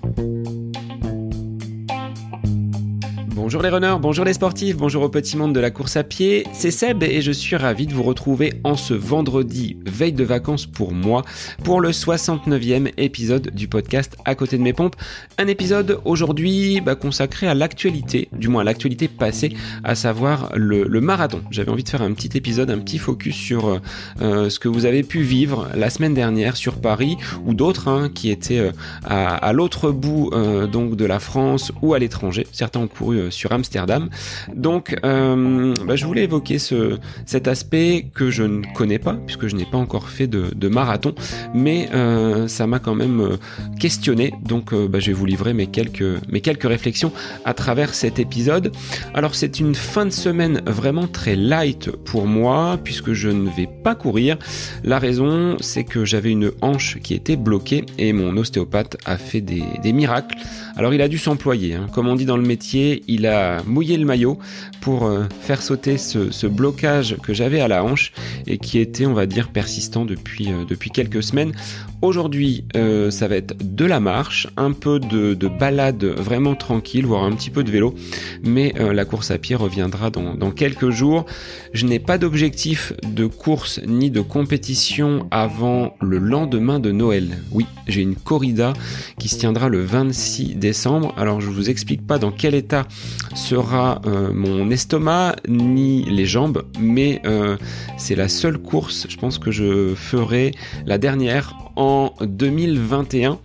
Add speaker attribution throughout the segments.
Speaker 1: Bonjour les runners, bonjour les sportifs, bonjour au petit monde de la course à pied, c'est Seb et je suis ravi de vous retrouver en ce vendredi, veille de vacances pour moi, pour le 69e épisode du podcast À côté de mes pompes. Un épisode aujourd'hui consacré à l'actualité, du moins à l'actualité passée, à savoir le marathon. J'avais envie de faire un petit épisode, un petit focus sur ce que vous avez pu vivre la semaine dernière sur Paris ou d'autres qui étaient à l'autre bout donc de la France ou à l'étranger. Certains ont couru sur Amsterdam. Donc, je voulais évoquer cet aspect que je ne connais pas, puisque je n'ai pas encore fait de marathon, mais ça m'a quand même questionné. Donc, je vais vous livrer mes quelques réflexions à travers cet épisode. Alors, c'est une fin de semaine vraiment très light pour moi, puisque je ne vais pas courir. La raison, c'est que j'avais une hanche qui était bloquée et mon ostéopathe a fait des miracles. Alors il a dû s'employer, comme on dit dans le métier, il a mouillé le maillot pour faire sauter ce blocage que j'avais à la hanche et qui était, on va dire, persistant depuis quelques semaines. Aujourd'hui, ça va être de la marche, un peu de balade vraiment tranquille, voire un petit peu de vélo, mais la course à pied reviendra dans quelques jours. Je n'ai pas d'objectif de course ni de compétition avant le lendemain de Noël. Oui, j'ai une corrida qui se tiendra le 26 décembre. Alors je vous explique pas dans quel état sera mon estomac ni les jambes, mais c'est la seule course, je pense que je ferai la dernière en 2021.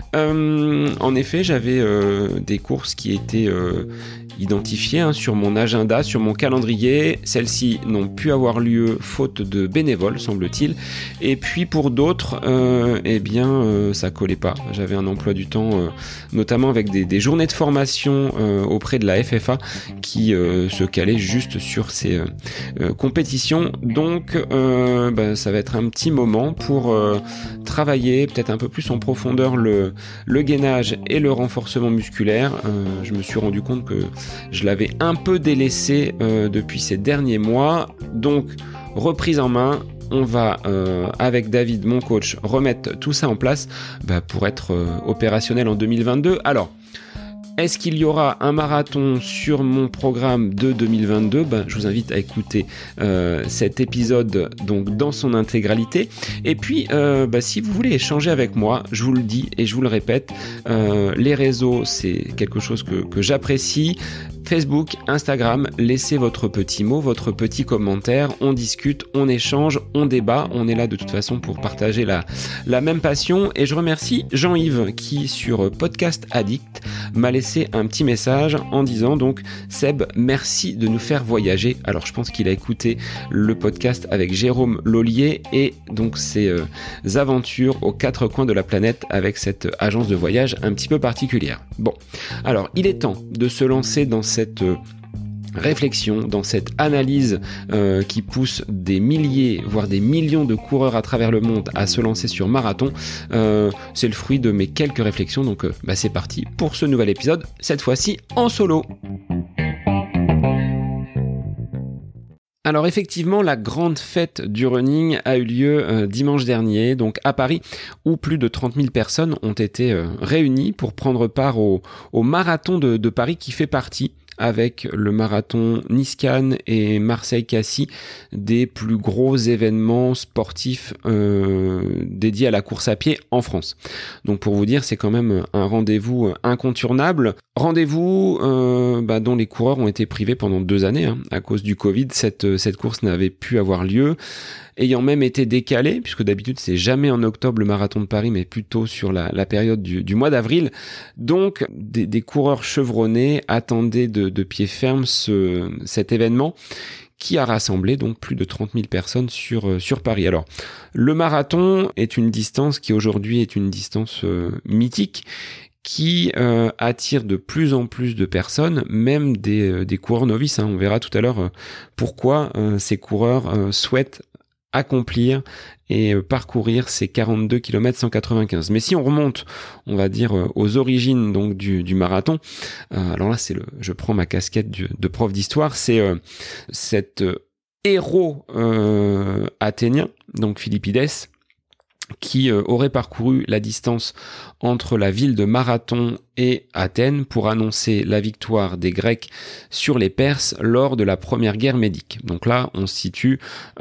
Speaker 1: En effet, j'avais des courses qui étaient identifiées sur mon agenda, sur mon calendrier. Celles-ci n'ont pu avoir lieu faute de bénévoles, semble-t-il. Et puis pour d'autres, ça collait pas. J'avais un emploi du temps, notamment avec des journées de formation auprès de la FFA qui se calaient juste sur ces compétitions. Donc, ça va être un petit moment pour travailler peut-être un peu plus en profondeur le gainage et le renforcement musculaire. Je me suis rendu compte que je l'avais un peu délaissé depuis ces derniers mois. Donc, reprise en main. On va, avec David, mon coach, remettre tout ça en place pour être opérationnel en 2022. Alors, est-ce qu'il y aura un marathon sur mon programme de 2022 ? Je vous invite à écouter cet épisode donc dans son intégralité. Et puis, si vous voulez échanger avec moi, je vous le dis et je vous le répète, les réseaux, c'est quelque chose que j'apprécie. Facebook, Instagram, laissez votre petit mot, votre petit commentaire, on discute, on échange, on débat, on est là de toute façon pour partager la même passion. Et je remercie Jean-Yves qui sur Podcast Addict m'a laissé un petit message en disant donc Seb, merci de nous faire voyager. Alors je pense qu'il a écouté le podcast avec Jérôme Lollier et donc ses aventures aux quatre coins de la planète avec cette agence de voyage un petit peu particulière. Bon, alors il est temps de se lancer dans cette réflexion, dans cette analyse qui pousse des milliers, voire des millions de coureurs à travers le monde à se lancer sur marathon. C'est le fruit de mes quelques réflexions, donc c'est parti pour ce nouvel épisode, cette fois-ci en solo. Alors effectivement, la grande fête du running a eu lieu dimanche dernier, donc à Paris, où plus de 30 000 personnes ont été réunies pour prendre part au marathon de Paris qui fait partie, avec le marathon Nice-Cannes et Marseille-Cassis, des plus gros événements sportifs dédiés à la course à pied en France. Donc pour vous dire, c'est quand même un rendez-vous incontournable. Rendez-vous dont les coureurs ont été privés pendant 2 années à cause du Covid. Cette course n'avait pu avoir lieu, ayant même été décalée, puisque d'habitude c'est jamais en octobre le marathon de Paris, mais plutôt sur la période du mois d'avril. Donc des coureurs chevronnés attendaient de pied ferme cet événement qui a rassemblé donc plus de 30 000 personnes sur Paris. Alors, le marathon est une distance qui aujourd'hui est une distance mythique, qui attire de plus en plus de personnes, même des coureurs novices. On verra tout à l'heure pourquoi ces coureurs souhaitent accomplir et parcourir ces 42 km 195. Mais si on remonte, on va dire, aux origines donc du marathon, alors là je prends ma casquette de prof d'histoire, c'est cet héros athénien, donc Philippides, qui aurait parcouru la distance entre la ville de Marathon et Athènes pour annoncer la victoire des Grecs sur les Perses lors de la première guerre médique. Donc là, on se situe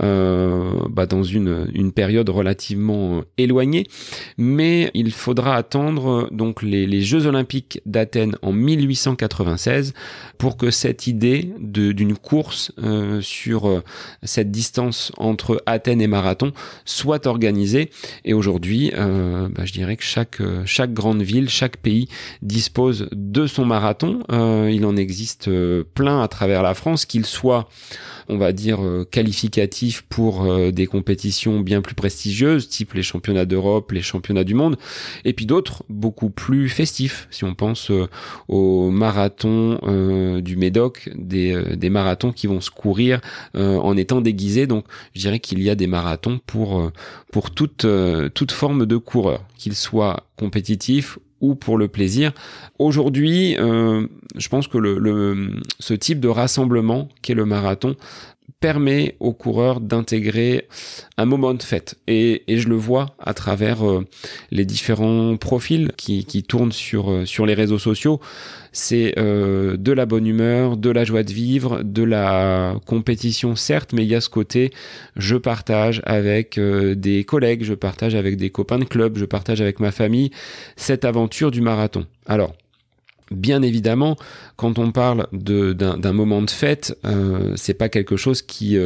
Speaker 1: dans une période relativement éloignée, mais il faudra attendre donc les Jeux Olympiques d'Athènes en 1896 pour que cette idée d'une course sur cette distance entre Athènes et Marathon soit organisée. Et aujourd'hui, je dirais que chaque grande ville, chaque pays dispose de son marathon. Il en existe plein à travers la France, qu'il soit, on va dire, qualificatif pour des compétitions bien plus prestigieuses, type les championnats d'Europe, les championnats du monde, et puis d'autres beaucoup plus festifs. Si on pense aux marathons du Médoc, des marathons qui vont se courir en étant déguisés. Donc, je dirais qu'il y a des marathons pour toute forme de coureur, qu'ils soient compétitifs ou pour le plaisir. Aujourd'hui, je pense que ce type de rassemblement qu'est le marathon permet aux coureurs d'intégrer un moment de fête. Et je le vois à travers les différents profils qui tournent sur les réseaux sociaux. C'est de la bonne humeur, de la joie de vivre, de la compétition certes, mais il y a ce côté je partage avec des collègues, je partage avec des copains de club, je partage avec ma famille cette aventure du marathon. Alors, bien évidemment, quand on parle d'un moment de fête, c'est pas quelque chose qui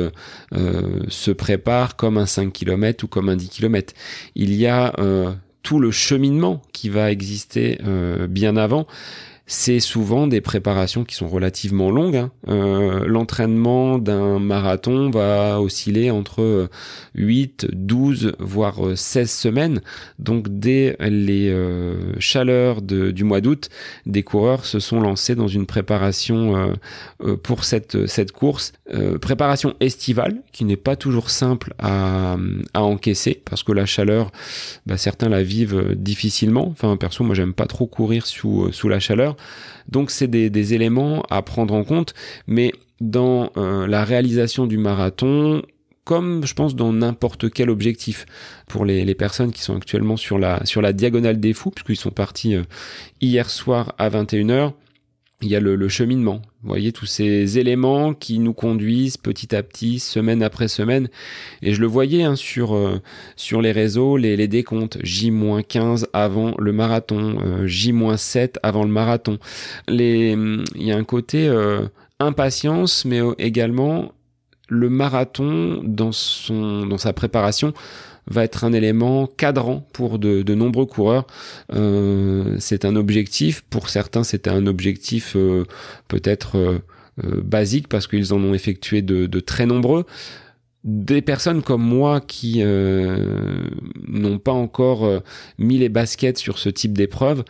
Speaker 1: se prépare comme un 5 km ou comme un 10 km. Il y a tout le cheminement qui va exister bien avant. C'est souvent des préparations qui sont relativement longues. L'entraînement d'un marathon va osciller entre 8, 12, voire 16 semaines. Donc dès les chaleurs du mois d'août, des coureurs se sont lancés dans une préparation pour cette course. Préparation estivale, qui n'est pas toujours simple à encaisser, parce que la chaleur, certains la vivent difficilement. Enfin, perso, moi j'aime pas trop courir sous la chaleur. Donc c'est des éléments à prendre en compte, mais dans la réalisation du marathon, comme je pense dans n'importe quel objectif, pour les personnes qui sont actuellement sur la diagonale des fous, puisqu'ils sont partis hier soir à 21h, il y a le cheminement. Vous voyez, tous ces éléments qui nous conduisent petit à petit, semaine après semaine. Et je le voyais sur les réseaux, les décomptes. J-15 avant le marathon, J-7 avant le marathon. Il y a un côté impatience, mais également le marathon dans sa préparation va être un élément cadrant pour de nombreux coureurs. C'est un objectif, pour certains c'était un objectif peut-être basique parce qu'ils en ont effectué de très nombreux. Des personnes comme moi qui n'ont pas encore mis les baskets sur ce type d'épreuve,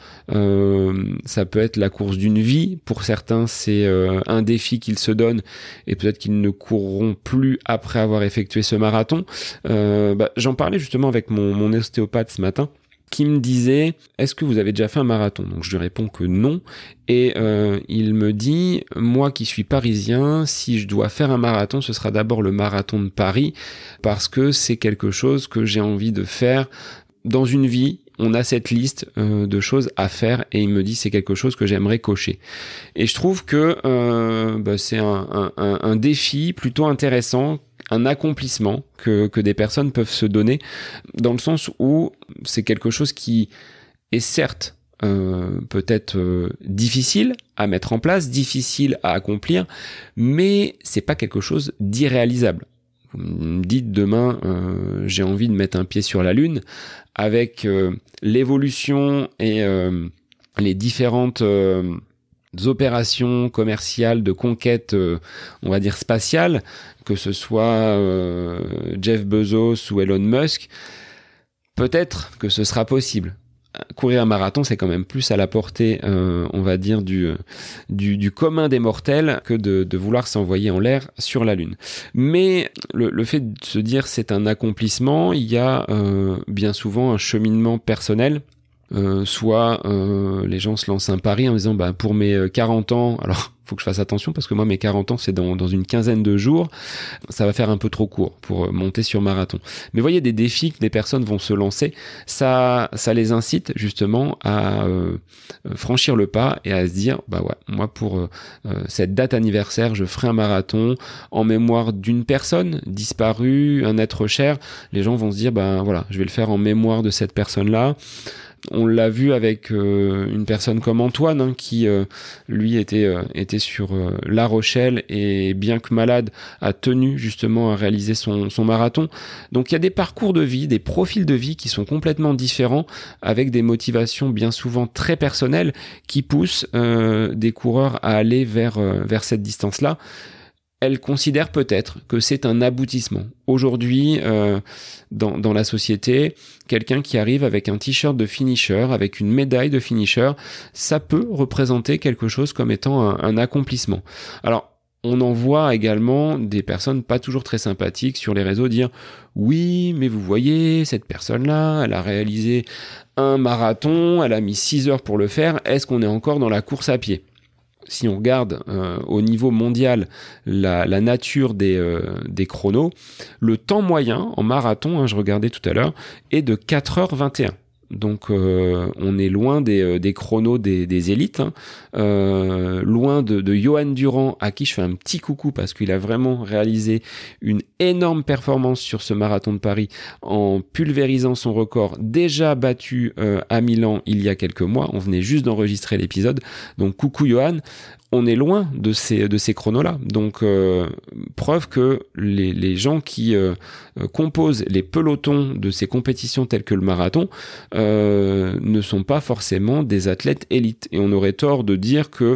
Speaker 1: ça peut être la course d'une vie. Pour certains, c'est un défi qu'ils se donnent et peut-être qu'ils ne courront plus après avoir effectué ce marathon. J'en parlais justement avec mon ostéopathe ce matin, qui me disait « Est-ce que vous avez déjà fait un marathon ?» Donc je lui réponds que non. Et il me dit « Moi qui suis parisien, si je dois faire un marathon, ce sera d'abord le marathon de Paris, parce que c'est quelque chose que j'ai envie de faire dans une vie. On a cette liste de choses à faire. » Et il me dit « C'est quelque chose que j'aimerais cocher. » Et je trouve que c'est un défi plutôt intéressant, un accomplissement que des personnes peuvent se donner, dans le sens où c'est quelque chose qui est certes peut-être difficile à mettre en place, difficile à accomplir, mais c'est pas quelque chose d'irréalisable. Vous me dites demain, j'ai envie de mettre un pied sur la Lune, avec l'évolution et les différentes opérations commerciales de conquête, on va dire spatiale, que ce soit Jeff Bezos ou Elon Musk, peut-être que ce sera possible. Courir un marathon, c'est quand même plus à la portée, on va dire, du commun des mortels que de vouloir s'envoyer en l'air sur la Lune. Mais le fait de se dire c'est un accomplissement, il y a bien souvent un cheminement personnel. Soit les gens se lancent un pari en disant pour mes 40 ans, alors faut que je fasse attention parce que moi mes 40 ans c'est dans une quinzaine de jours, ça va faire un peu trop court pour monter sur marathon. Mais voyez, des défis que des personnes vont se lancer, ça les incite justement à franchir le pas et à se dire bah ouais, moi pour cette date anniversaire je ferai un marathon en mémoire d'une personne disparue, un être cher. Les gens vont se dire bah voilà, je vais le faire en mémoire de cette personne-là. On l'a vu avec une personne comme Antoine qui lui était sur La Rochelle et bien que malade a tenu justement à réaliser son marathon. Donc il y a des parcours de vie, des profils de vie qui sont complètement différents avec des motivations bien souvent très personnelles qui poussent des coureurs à aller vers cette distance-là. Elle considère peut-être que c'est un aboutissement. Aujourd'hui, dans la société, quelqu'un qui arrive avec un t-shirt de finisher, avec une médaille de finisher, ça peut représenter quelque chose comme étant un accomplissement. Alors, on en voit également des personnes pas toujours très sympathiques sur les réseaux dire « Oui, mais vous voyez, cette personne-là, elle a réalisé un marathon, elle a mis 6 heures pour le faire, est-ce qu'on est encore dans la course à pied ?» Si on regarde au niveau mondial la nature des chronos, le temps moyen en marathon, je regardais tout à l'heure, est de 4h21. Donc on est loin des chronos des élites, loin de Johan Durand, à qui je fais un petit coucou parce qu'il a vraiment réalisé une énorme performance sur ce marathon de Paris en pulvérisant son record déjà battu à Milan il y a quelques mois. On venait juste d'enregistrer l'épisode, donc coucou Johan. On est loin de ces chronos-là. Donc, preuve que les gens qui composent les pelotons de ces compétitions telles que le marathon ne sont pas forcément des athlètes élites. Et on aurait tort de dire que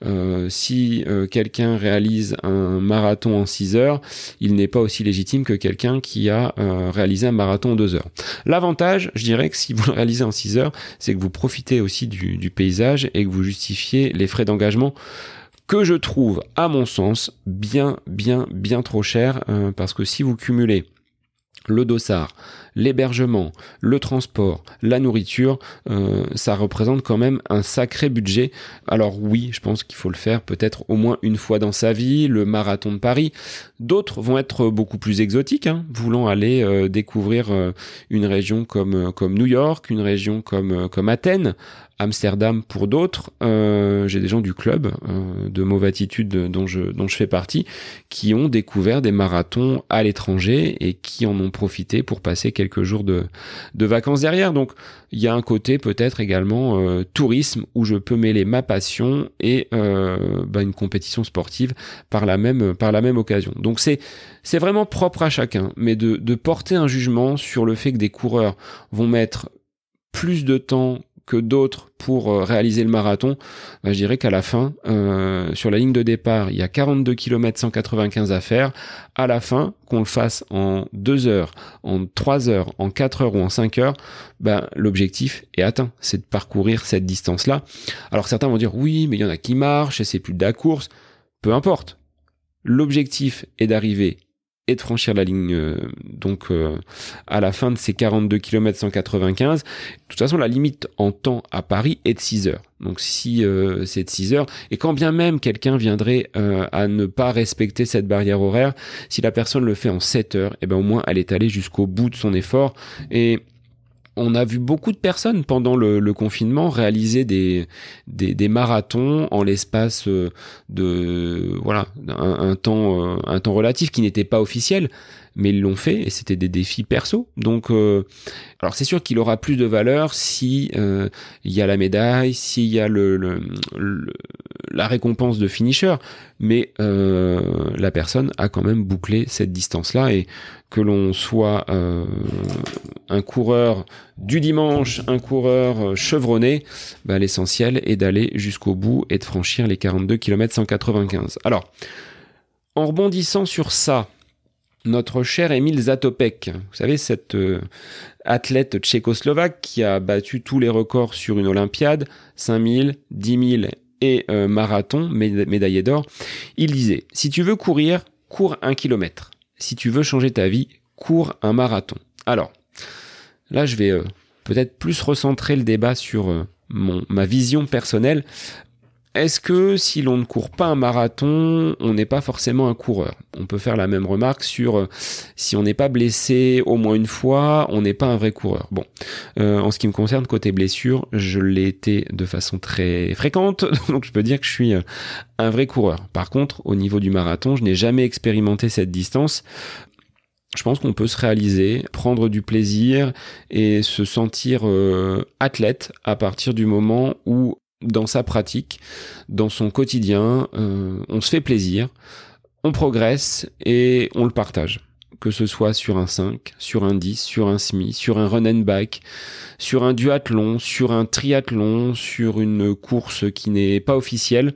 Speaker 1: si quelqu'un réalise un marathon en 6 heures, il n'est pas aussi légitime que quelqu'un qui a réalisé un marathon en 2 heures. L'avantage, je dirais que si vous le réalisez en 6 heures, c'est que vous profitez aussi du paysage et que vous justifiez les frais d'engagement que je trouve, à mon sens, bien trop cher, parce que si vous cumulez le dossard, l'hébergement, le transport, la nourriture, ça représente quand même un sacré budget. Alors oui, je pense qu'il faut le faire peut-être au moins une fois dans sa vie, le marathon de Paris. D'autres vont être beaucoup plus exotiques, voulant aller découvrir une région comme New York, une région comme Athènes, Amsterdam pour d'autres. J'ai des gens du club de Mauvatitude dont je fais partie qui ont découvert des marathons à l'étranger et qui en ont profité pour passer quelques jours de vacances derrière. Donc il y a un côté peut-être également tourisme où je peux mêler ma passion et une compétition sportive par la même occasion. Donc c'est vraiment propre à chacun, mais de porter un jugement sur le fait que des coureurs vont mettre plus de temps que d'autres pour réaliser le marathon, je dirais qu'à la fin, sur la ligne de départ, il y a 42 km 195 à faire. À la fin, qu'on le fasse en 2 heures, en 3 heures, en 4 heures ou en 5 heures, l'objectif est atteint. C'est de parcourir cette distance-là. Alors certains vont dire, oui, mais il y en a qui marchent et c'est plus de la course. Peu importe. L'objectif est d'arriver et de franchir la ligne à la fin de ces 42 km 195. De toute façon, la limite en temps à Paris est de 6 heures. Donc si c'est de 6 heures, et quand bien même quelqu'un viendrait à ne pas respecter cette barrière horaire, si la personne le fait en 7 heures, au moins elle est allée jusqu'au bout de son effort. Et on a vu beaucoup de personnes pendant le confinement réaliser des marathons en l'espace un temps relatif qui n'était pas officiel, mais ils l'ont fait et c'était des défis perso. Donc alors c'est sûr qu'il aura plus de valeur si il y a la médaille, s'il y a la récompense de finisher, mais la personne a quand même bouclé cette distance-là. Et que l'on soit un coureur du dimanche, un coureur chevronné, l'essentiel est d'aller jusqu'au bout et de franchir les 42 km 195. Alors, en rebondissant sur ça, notre cher Emil Zatopek, vous savez, cet athlète tchécoslovaque qui a battu tous les records sur une Olympiade, 5000, 10 000 et marathon, médaillé d'or, il disait « Si tu veux courir, cours 1 km. Si tu veux changer ta vie, cours un marathon. » Alors, là, je vais peut-être plus recentrer le débat sur ma vision personnelle. Est-ce que si l'on ne court pas un marathon, on n'est pas forcément un coureur? On peut faire la même remarque sur si on n'est pas blessé au moins une fois, on n'est pas un vrai coureur. Bon, en ce qui me concerne, côté blessure, je l'ai été de façon très fréquente, donc je peux dire que je suis un vrai coureur. Par contre, au niveau du marathon, je n'ai jamais expérimenté cette distance. Je pense qu'on peut se réaliser, prendre du plaisir et se sentir athlète à partir du moment où dans sa pratique, dans son quotidien, on se fait plaisir, on progresse et on le partage. Que ce soit sur un 5, sur un 10, sur un semi, sur un run and bike, sur un duathlon, sur un triathlon, sur une course qui n'est pas officielle.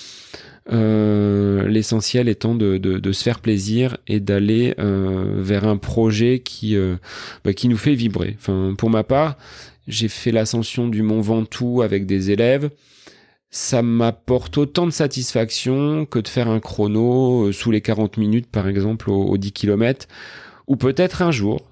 Speaker 1: L'essentiel étant de se faire plaisir et d'aller vers un projet qui nous fait vibrer. Enfin, pour ma part, j'ai fait l'ascension du Mont Ventoux avec des élèves. Ça m'apporte autant de satisfaction que de faire un chrono sous les 40 minutes, par exemple, aux 10 km. Ou peut-être un jour,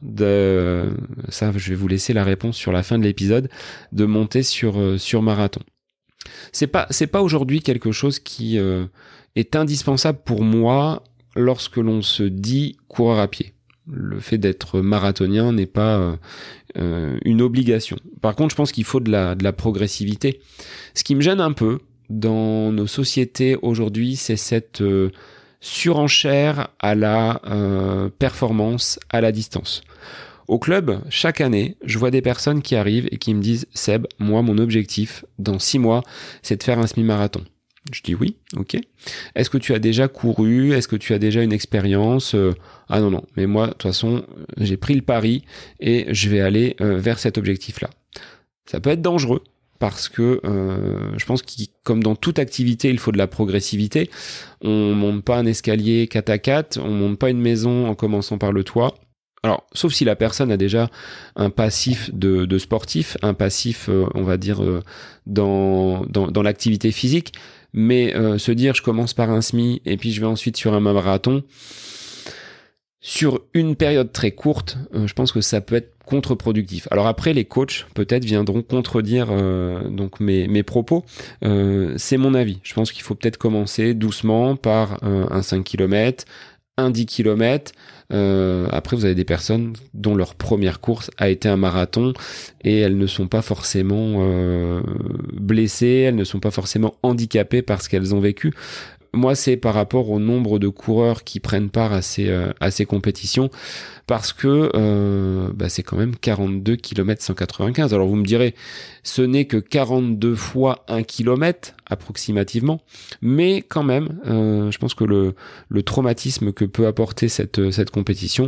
Speaker 1: ça je vais vous laisser la réponse sur la fin de l'épisode, de monter sur marathon. C'est pas aujourd'hui quelque chose qui est indispensable pour moi lorsque l'on se dit coureur à pied. Le fait d'être marathonien n'est pas une obligation. Par contre, je pense qu'il faut de la progressivité. Ce qui me gêne un peu dans nos sociétés aujourd'hui, c'est cette surenchère à la performance, à la distance. Au club, chaque année, je vois des personnes qui arrivent et qui me disent « Seb, moi, mon objectif, dans 6 mois, c'est de faire un semi-marathon. » Je dis oui, ok. Est-ce que tu as déjà couru? Est-ce que tu as déjà une expérience? Ah non, mais moi, de toute façon, j'ai pris le pari et je vais aller vers cet objectif-là. Ça peut être dangereux parce que je pense que comme dans toute activité, il faut de la progressivité. On monte pas un escalier 4 à 4, on monte pas une maison en commençant par le toit. Alors, sauf si la personne a déjà un passif de sportif, un passif, on va dire, dans l'activité physique, mais se dire je commence par un semi et puis je vais ensuite sur un marathon, sur une période très courte, je pense que ça peut être contre-productif. Alors après, les coachs peut-être viendront contredire donc mes propos. C'est mon avis. Je pense qu'il faut peut-être commencer doucement par un 5 km, un 10 km. Après, vous avez des personnes dont leur première course a été un marathon et elles ne sont pas forcément blessées, elles ne sont pas forcément handicapées par ce qu'elles ont vécu. Moi, c'est par rapport au nombre de coureurs qui prennent part à ces compétitions, parce que c'est quand même 42 km 195. Alors vous me direz, ce n'est que 42 fois 1 km approximativement, mais quand même, je pense que le traumatisme que peut apporter cette compétition,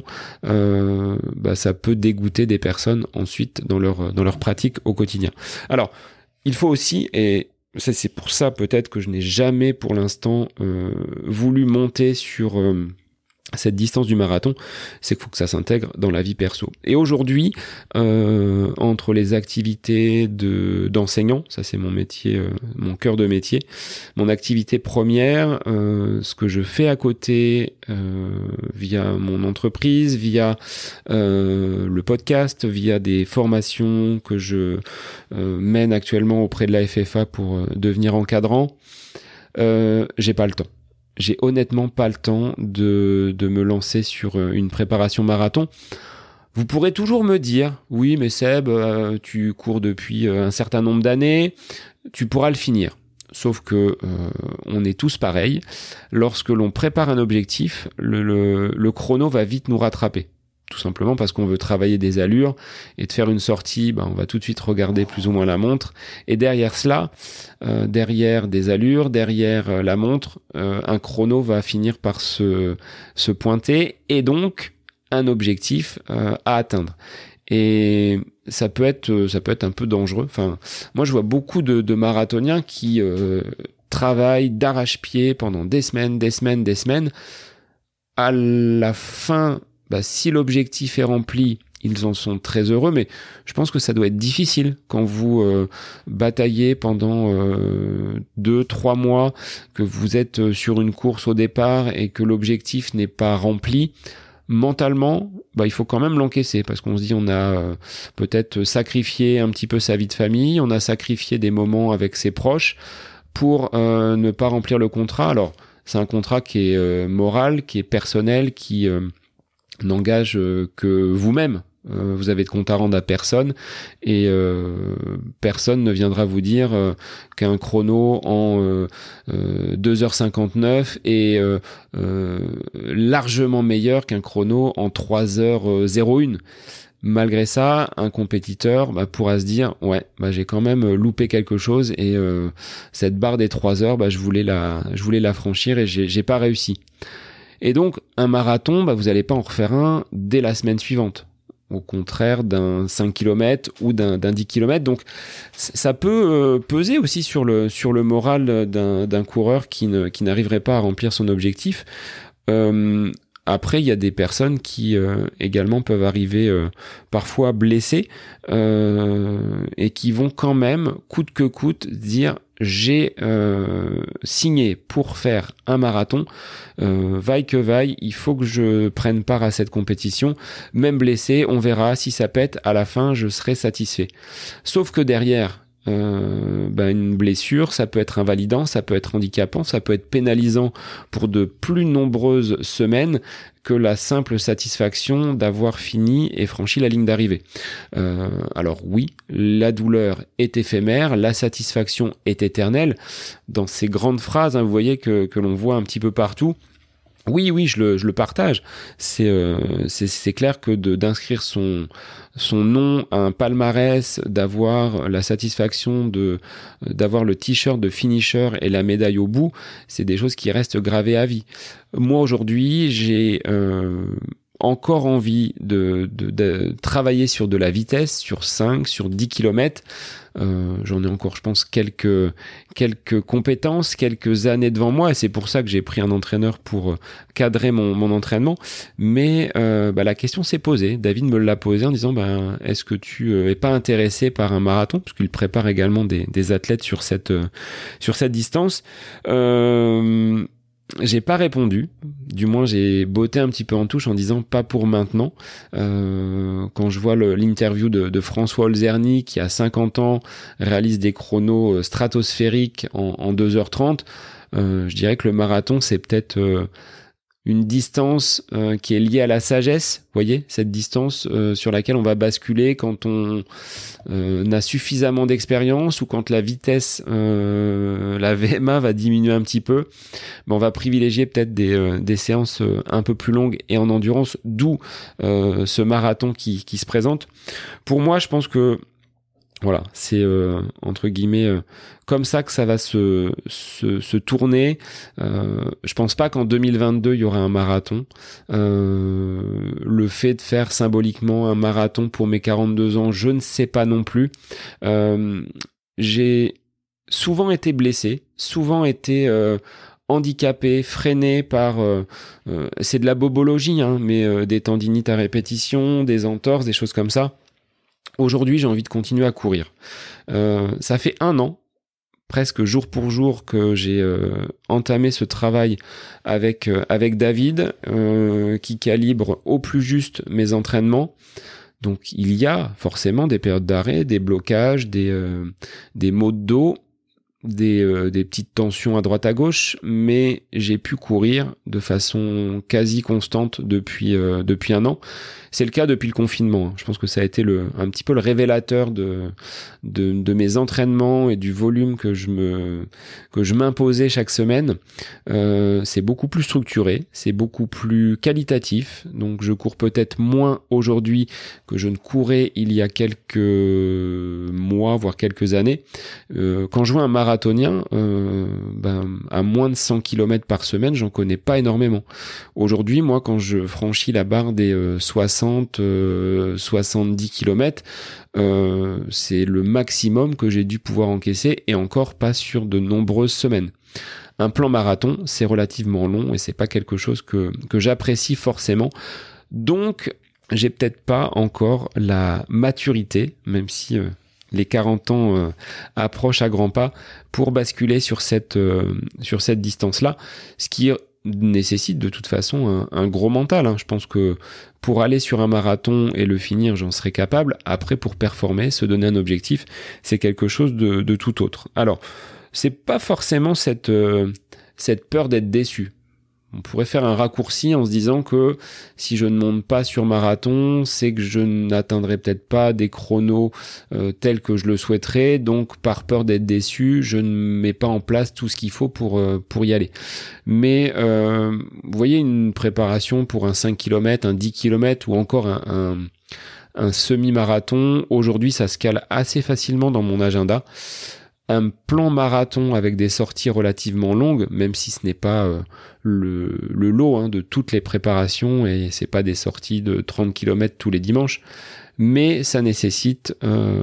Speaker 1: ça peut dégoûter des personnes ensuite dans leur pratique au quotidien. Alors, il faut aussi, et c'est pour ça peut-être que je n'ai jamais pour l'instant voulu monter sur cette distance du marathon, c'est qu'il faut que ça s'intègre dans la vie perso. Et aujourd'hui, entre les activités d'enseignant, ça c'est mon métier, mon cœur de métier, mon activité première, ce que je fais à côté via mon entreprise, via le podcast, via des formations que je mène actuellement auprès de la FFA pour devenir encadrant, j'ai pas le temps. J'ai honnêtement pas le temps de me lancer sur une préparation marathon. Vous pourrez toujours me dire, oui, mais Seb, tu cours depuis un certain nombre d'années, tu pourras le finir. Sauf que on est tous pareils. Lorsque l'on prépare un objectif, le chrono va vite nous rattraper. Tout simplement parce qu'on veut travailler des allures et de faire une sortie, on va tout de suite regarder plus ou moins la montre. Et derrière cela, derrière des allures, derrière la montre, un chrono va finir par se pointer et donc un objectif à atteindre. Et ça peut être un peu dangereux. Enfin, moi je vois beaucoup de marathoniens qui travaillent d'arrache-pied pendant des semaines. À la fin, si l'objectif est rempli, ils en sont très heureux, mais je pense que ça doit être difficile quand vous bataillez pendant 2-3 mois, que vous êtes sur une course au départ et que l'objectif n'est pas rempli. Mentalement, il faut quand même l'encaisser, parce qu'on se dit on a peut-être sacrifié un petit peu sa vie de famille, on a sacrifié des moments avec ses proches pour ne pas remplir le contrat. Alors, c'est un contrat qui est moral, qui est personnel, qui n'engage que vous-même. Vous avez de compte à rendre à personne et personne ne viendra vous dire qu'un chrono en 2h59 est largement meilleur qu'un chrono en 3h01. Malgré ça, un compétiteur pourra se dire ouais, j'ai quand même loupé quelque chose et cette barre des 3 heures, je voulais la franchir et j'ai pas réussi. Et donc un marathon, vous allez pas en refaire un dès la semaine suivante. Au contraire d'un 5 km ou d'un 10 km. Donc ça peut peser aussi sur le moral d'un coureur qui n'arriverait pas à remplir son objectif. Après, il y a des personnes qui également peuvent arriver parfois blessées et qui vont quand même, coûte que coûte, dire j'ai signé pour faire un marathon, vaille que vaille, il faut que je prenne part à cette compétition, même blessé, on verra si ça pète, à la fin je serai satisfait. Sauf que derrière, une blessure, ça peut être invalidant, ça peut être handicapant, ça peut être pénalisant pour de plus nombreuses semaines que la simple satisfaction d'avoir fini et franchi la ligne d'arrivée. Alors oui, la douleur est éphémère, la satisfaction est éternelle. Dans ces grandes phrases, vous voyez que l'on voit un petit peu partout. Oui, je le partage. C'est clair que d'inscrire son nom à un palmarès, d'avoir la satisfaction d'avoir le t-shirt de finisher et la médaille au bout, c'est des choses qui restent gravées à vie. Moi aujourd'hui, j'ai encore envie de travailler sur de la vitesse, sur 5, sur 10 km. J'en ai encore, je pense, quelques compétences, quelques années devant moi, et c'est pour ça que j'ai pris un entraîneur pour cadrer mon entraînement. Mais la question s'est posée. David me l'a posée en disant est-ce que tu es pas intéressé par un marathon, parce qu'il prépare également des athlètes sur cette distance. J'ai pas répondu, du moins j'ai botté un petit peu en touche en disant pas pour maintenant. Quand je vois l'interview de François Olzerny qui à 50 ans réalise des chronos stratosphériques en 2h30, je dirais que le marathon c'est peut-être une distance qui est liée à la sagesse, vous voyez, cette distance sur laquelle on va basculer quand on a suffisamment d'expérience ou quand la vitesse, la VMA va diminuer un petit peu. On va privilégier peut-être des séances un peu plus longues et en endurance, d'où ce marathon qui se présente. Pour moi, je pense que voilà, c'est entre guillemets comme ça que ça va se tourner. Je pense pas qu'en 2022 il y aura un marathon. Le fait de faire symboliquement un marathon pour mes 42 ans, je ne sais pas non plus. J'ai souvent été blessé, souvent été handicapé, freiné par c'est de la bobologie, mais des tendinites à répétition, des entorses, des choses comme ça. Aujourd'hui, j'ai envie de continuer à courir. Ça fait 1 an, presque jour pour jour, que j'ai entamé ce travail avec David, qui calibre au plus juste mes entraînements. Donc, il y a forcément des périodes d'arrêt, des blocages, des maux de dos, des petites tensions à droite à gauche, mais j'ai pu courir de façon quasi constante depuis 1 an. C'est le cas depuis le confinement. Je pense que ça a été un petit peu le révélateur de mes entraînements et du volume que je m'imposais chaque semaine. C'est beaucoup plus structuré, c'est beaucoup plus qualitatif. Donc je cours peut-être moins aujourd'hui que je ne courais il y a quelques mois, voire quelques années. Quand je vois un marathonien, à moins de 100 km par semaine, j'en connais pas énormément. Aujourd'hui, moi, quand je franchis la barre des 70 km, c'est le maximum que j'ai dû pouvoir encaisser, et encore pas sur de nombreuses semaines. Un plan marathon, c'est relativement long et c'est pas quelque chose que j'apprécie forcément. Donc, j'ai peut-être pas encore la maturité, même si les 40 ans approchent à grands pas, pour basculer sur cette distance-là, ce qui nécessite de toute façon un gros mental. Je pense que pour aller sur un marathon et le finir, j'en serais capable. Après, pour performer, se donner un objectif, c'est quelque chose de tout autre. Alors, c'est pas forcément cette peur d'être déçu. On pourrait faire un raccourci en se disant que si je ne monte pas sur marathon, c'est que je n'atteindrai peut-être pas des chronos tels que je le souhaiterais. Donc, par peur d'être déçu, je ne mets pas en place tout ce qu'il faut pour y aller. Mais vous voyez, une préparation pour un 5 km, un 10 km ou encore un semi-marathon, aujourd'hui, ça se cale assez facilement dans mon agenda. Un plan marathon avec des sorties relativement longues, même si ce n'est pas le lot de toutes les préparations et c'est pas des sorties de 30 km tous les dimanches, mais ça nécessite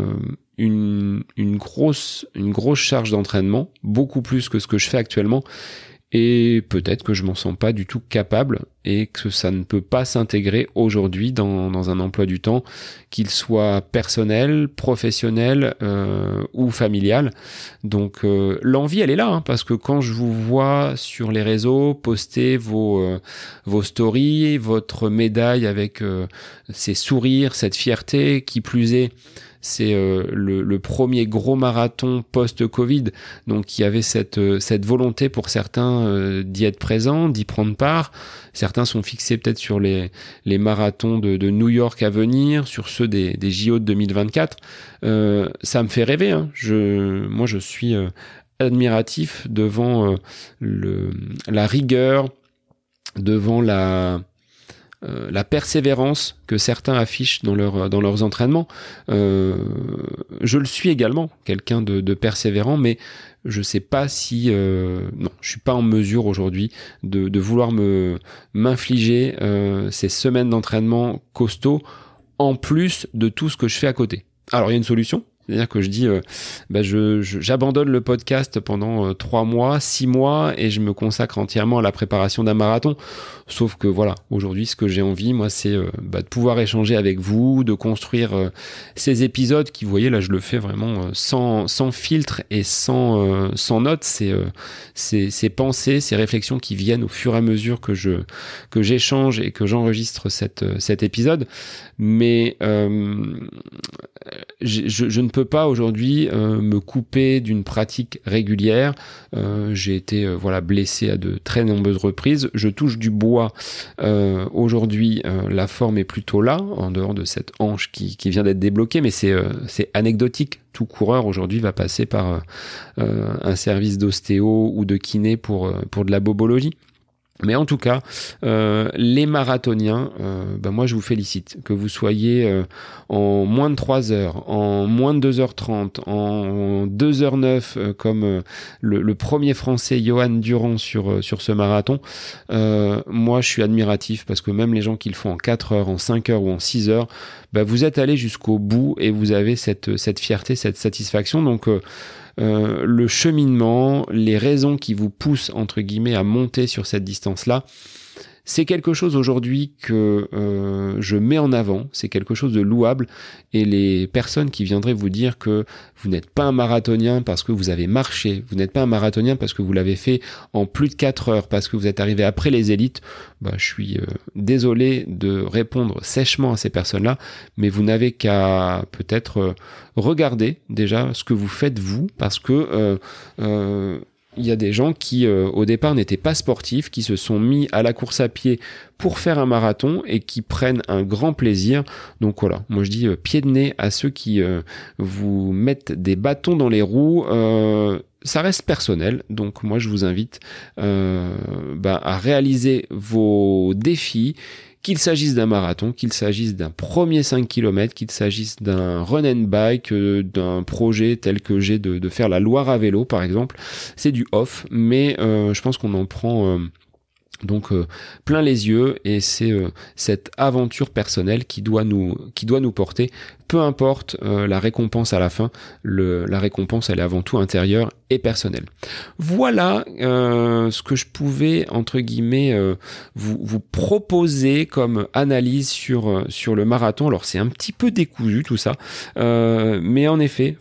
Speaker 1: une grosse charge d'entraînement, beaucoup plus que ce que je fais actuellement. Et peut-être que je m'en sens pas du tout capable et que ça ne peut pas s'intégrer aujourd'hui dans un emploi du temps, qu'il soit personnel, professionnel ou familial. Donc l'envie, elle est là, parce que quand je vous vois sur les réseaux poster vos stories, votre médaille avec ces sourires, cette fierté, qui plus est, c'est le premier gros marathon post-Covid, donc il y avait cette volonté pour certains d'y être présents, d'y prendre part. Certains sont fixés peut-être sur les marathons de New York à venir, sur ceux des JO de 2024. Ça me fait rêver. Moi, je suis admiratif devant la rigueur, devant la persévérance que certains affichent dans leurs entraînements. Je le suis également, quelqu'un de persévérant, mais je sais pas si non, je suis pas en mesure aujourd'hui de vouloir m'infliger ces semaines d'entraînement costauds en plus de tout ce que je fais à côté. Alors il y a une solution. C'est-à-dire que je dis, j'abandonne le podcast pendant 3 mois, 6 mois et je me consacre entièrement à la préparation d'un marathon. Sauf que voilà, aujourd'hui, ce que j'ai envie, moi, c'est de pouvoir échanger avec vous, de construire ces épisodes qui, vous voyez, là, je le fais vraiment sans filtre et sans notes. C'est ces pensées, ces réflexions qui viennent au fur et à mesure que j'échange et que j'enregistre cet épisode. Mais je ne peux pas aujourd'hui me couper d'une pratique régulière. J'ai été blessé à de très nombreuses reprises. Je touche du bois. Aujourd'hui, la forme est plutôt là, en dehors de cette hanche qui vient d'être débloquée, mais c'est anecdotique. Tout coureur aujourd'hui va passer par un service d'ostéo ou de kiné pour de la bobologie. Mais en tout cas, les marathoniens, moi je vous félicite. Que vous soyez en moins de 3 heures, en moins de 2h30, en 2h09, comme le premier Français Johan Durand sur ce marathon. Moi je suis admiratif parce que même les gens qui le font en 4 heures, en 5 heures ou en 6 heures, vous êtes allés jusqu'au bout et vous avez cette fierté, cette satisfaction. Donc le cheminement, les raisons qui vous poussent entre guillemets à monter sur cette distance-là, c'est quelque chose aujourd'hui que je mets en avant, c'est quelque chose de louable, et les personnes qui viendraient vous dire que vous n'êtes pas un marathonien parce que vous avez marché, vous n'êtes pas un marathonien parce que vous l'avez fait en plus de 4 heures, parce que vous êtes arrivé après les élites, je suis désolé de répondre sèchement à ces personnes-là, mais vous n'avez qu'à peut-être regarder déjà ce que vous faites vous, parce que il y a des gens qui, au départ, n'étaient pas sportifs, qui se sont mis à la course à pied pour faire un marathon et qui prennent un grand plaisir. Donc voilà, moi je dis pied de nez à ceux qui vous mettent des bâtons dans les roues. Ça reste personnel, donc moi je vous invite à réaliser vos défis, qu'il s'agisse d'un marathon, qu'il s'agisse d'un premier 5 km, qu'il s'agisse d'un run and bike, d'un projet tel que j'ai de faire la Loire à vélo par exemple. C'est du off, mais je pense qu'on en prend plein les yeux, et c'est cette aventure personnelle qui doit nous porter. Peu importe la récompense à la fin, la récompense elle est avant tout intérieure et personnelle. Voilà ce que je pouvais entre guillemets vous proposer comme analyse sur le marathon. Alors c'est un petit peu décousu tout ça, mais en effet,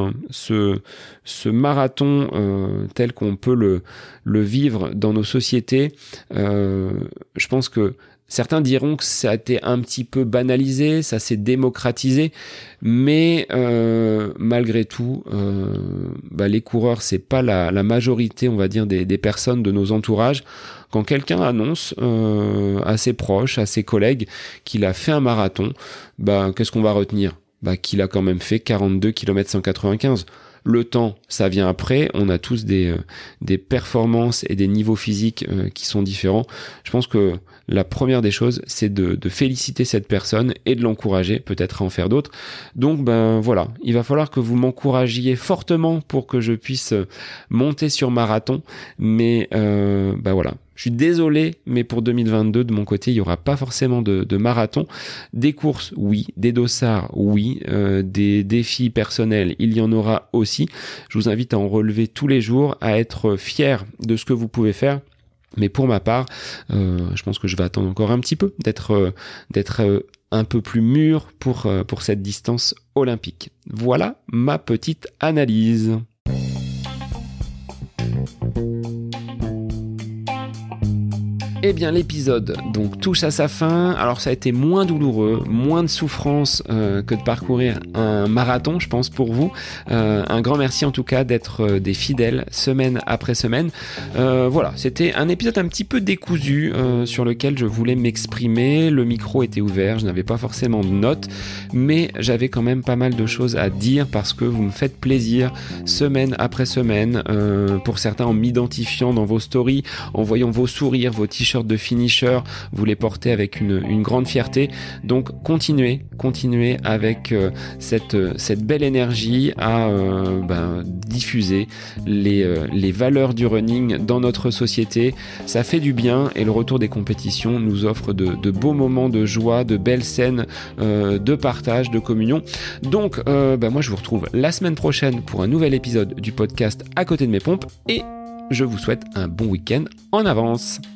Speaker 1: ce marathon tel qu'on peut le vivre dans nos sociétés, je pense que Certains diront que ça a été un petit peu banalisé, ça s'est démocratisé, mais malgré tout, les coureurs, c'est pas la majorité, on va dire, des personnes de nos entourages. Quand quelqu'un annonce à ses proches, à ses collègues qu'il a fait un marathon, qu'est-ce qu'on va retenir ? Qu'il a quand même fait 42 km 195. Le temps, ça vient après. On a tous des performances et des niveaux physiques qui sont différents. Je pense que la première des choses, c'est de féliciter cette personne et de l'encourager, peut-être à en faire d'autres. Donc, voilà, il va falloir que vous m'encouragiez fortement pour que je puisse monter sur marathon. Mais voilà. Je suis désolé, mais pour 2022, de mon côté, il n'y aura pas forcément de marathon. Des courses, oui. Des dossards, oui. Des défis personnels, il y en aura aussi. Je vous invite à en relever tous les jours, à être fier de ce que vous pouvez faire. Mais pour ma part, je pense que je vais attendre encore un petit peu d'être un peu plus mûr pour cette distance olympique. Voilà ma petite analyse. Eh bien, l'épisode donc touche à sa fin. Alors, ça a été moins douloureux, moins de souffrance que de parcourir un marathon, je pense, pour vous. Un grand merci en tout cas d'être des fidèles semaine après semaine. Voilà, c'était un épisode un petit peu décousu sur lequel je voulais m'exprimer. Le micro était ouvert, je n'avais pas forcément de notes, mais j'avais quand même pas mal de choses à dire parce que vous me faites plaisir semaine après semaine. Pour certains, en m'identifiant dans vos stories, en voyant vos sourires, vos t-shirts de finisher, vous les portez avec une grande fierté. Donc continuez avec cette belle énergie à diffuser les valeurs du running dans notre société. Ça fait du bien et le retour des compétitions nous offre de beaux moments de joie, de belles scènes de partage, de communion. Donc moi je vous retrouve la semaine prochaine pour un nouvel épisode du podcast À côté de mes pompes et je vous souhaite un bon week-end en avance.